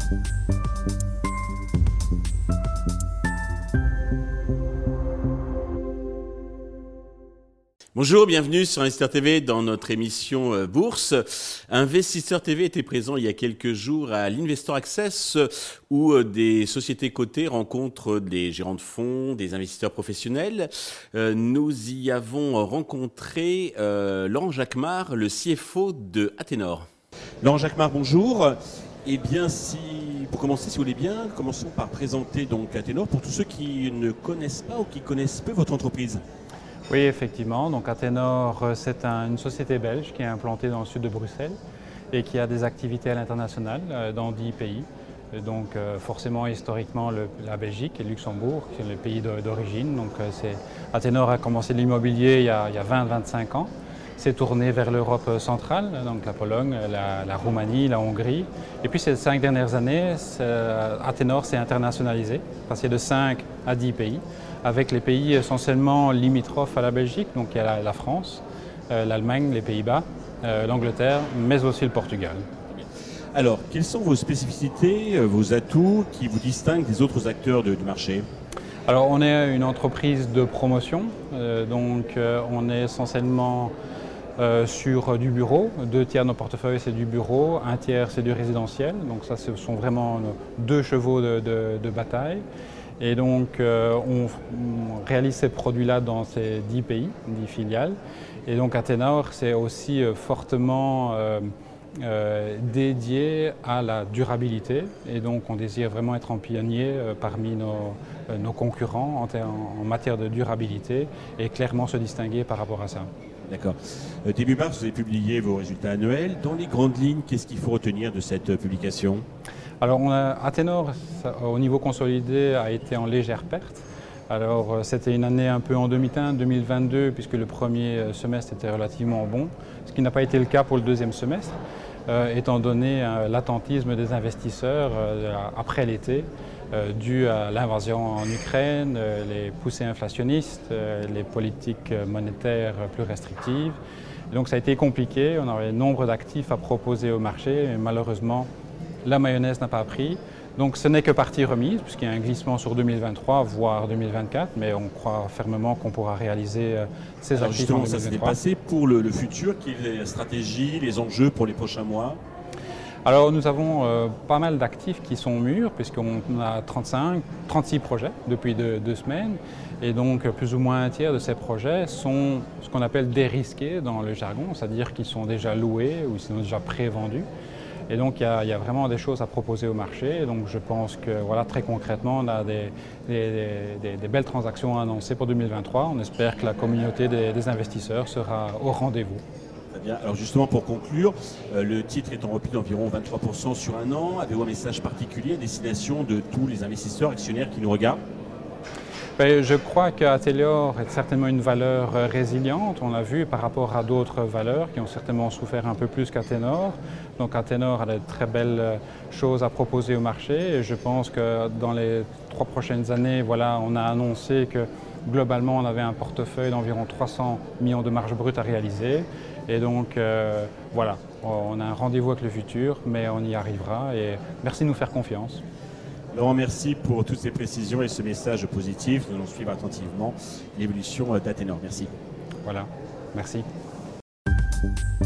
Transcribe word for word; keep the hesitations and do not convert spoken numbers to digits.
Bonjour, bienvenue sur Investisseur T V dans notre émission euh, Bourse. Investisseur T V était présent il y a quelques jours à l'Investor Access où euh, des sociétés cotées rencontrent des gérants de fonds, des investisseurs professionnels. Euh, nous y avons rencontré euh, Laurent Jacquemart, le C F O de Athénor. Laurent Jacquemart, bonjour. Eh bien, si, pour commencer, si vous voulez bien, commençons par présenter donc Athénor pour tous ceux qui ne connaissent pas ou qui connaissent peu votre entreprise. Oui, effectivement. Donc Athénor, c'est un, une société belge qui est implantée dans le sud de Bruxelles et qui a des activités à l'international euh, dans dix pays. Donc euh, forcément, historiquement, le, la Belgique et le Luxembourg, qui sont les pays d'origine. Donc euh, Athénor a commencé l'immobilier il y a, a vingt à vingt-cinq ans. C'est tourné vers l'Europe centrale, donc la Pologne, la, la Roumanie, la Hongrie. Et puis ces cinq dernières années, Athénor s'est internationalisé, passé de cinq à dix pays, avec les pays essentiellement limitrophes à la Belgique, donc il y a la, la France, euh, l'Allemagne, les Pays-Bas, euh, l'Angleterre, mais aussi le Portugal. Alors, quelles sont vos spécificités, vos atouts qui vous distinguent des autres acteurs de, du marché ? Alors, on est une entreprise de promotion, euh, donc euh, on est essentiellement euh, sur du bureau. Deux tiers de nos portefeuilles, c'est du bureau, un tiers, c'est du résidentiel. Donc ça, ce sont vraiment deux chevaux de, de, de bataille. Et donc, euh, on, on réalise ces produits-là dans ces dix pays, dix filiales. Et donc, Athénor, c'est aussi euh, fortement euh, euh, dédié à la durabilité. Et donc, on désire vraiment être un pionnier euh, parmi nos, euh, nos concurrents en, en, en matière de durabilité et clairement se distinguer par rapport à ça. D'accord. Euh, début mars, vous avez publié vos résultats annuels. Dans les grandes lignes, qu'est-ce qu'il faut retenir de cette euh, publication ? Alors, on a, Athénor, ça, au niveau consolidé, a été en légère perte. Alors, c'était une année un peu en demi-teinte, deux mille vingt-deux, puisque le premier semestre était relativement bon, ce qui n'a pas été le cas pour le deuxième semestre, euh, étant donné euh, l'attentisme des investisseurs euh, après l'été, euh, dû à l'invasion en Ukraine, euh, les poussées inflationnistes, euh, les politiques monétaires plus restrictives. Et donc, ça a été compliqué. On avait nombre d'actifs à proposer au marché, et malheureusement, la mayonnaise n'a pas pris, donc ce n'est que partie remise puisqu'il y a un glissement sur deux mille vingt-trois, voire deux mille vingt-quatre, mais on croit fermement qu'on pourra réaliser ces Alors actifs en deux mille vingt-trois. Ça s'est passé pour le, le futur, quelles sont les stratégies, les enjeux pour les prochains mois ? Alors nous avons euh, pas mal d'actifs qui sont mûrs puisqu'on a trente-cinq, trente-six projets depuis deux, deux semaines et donc plus ou moins un tiers de ces projets sont ce qu'on appelle dérisqués dans le jargon, c'est-à-dire qu'ils sont déjà loués ou ils sont déjà pré-vendus. Et donc, il y, a, il y a vraiment des choses à proposer au marché. Et donc, je pense que, voilà, très concrètement, on a des, des, des, des belles transactions à annoncer pour deux mille vingt-trois. On espère que la communauté des, des investisseurs sera au rendez-vous. Très bien. Alors, justement, pour conclure, euh, le titre est en repli d'environ vingt-trois pour cent sur un an. Avez-vous un message particulier à destination de tous les investisseurs actionnaires qui nous regardent ? Je crois qu'Athénor est certainement une valeur résiliente. On l'a vu par rapport à d'autres valeurs qui ont certainement souffert un peu plus qu'Athénor. Donc Athénor a de très belles choses à proposer au marché. Et je pense que dans les trois prochaines années, voilà, on a annoncé que globalement, on avait un portefeuille d'environ trois cents millions de marge brute à réaliser. Et donc, euh, voilà, on a un rendez-vous avec le futur, mais on y arrivera. Et merci de nous faire confiance. Laurent, merci pour toutes ces précisions et ce message positif. Nous allons suivre attentivement l'évolution d'Athénor. Merci. Voilà, merci.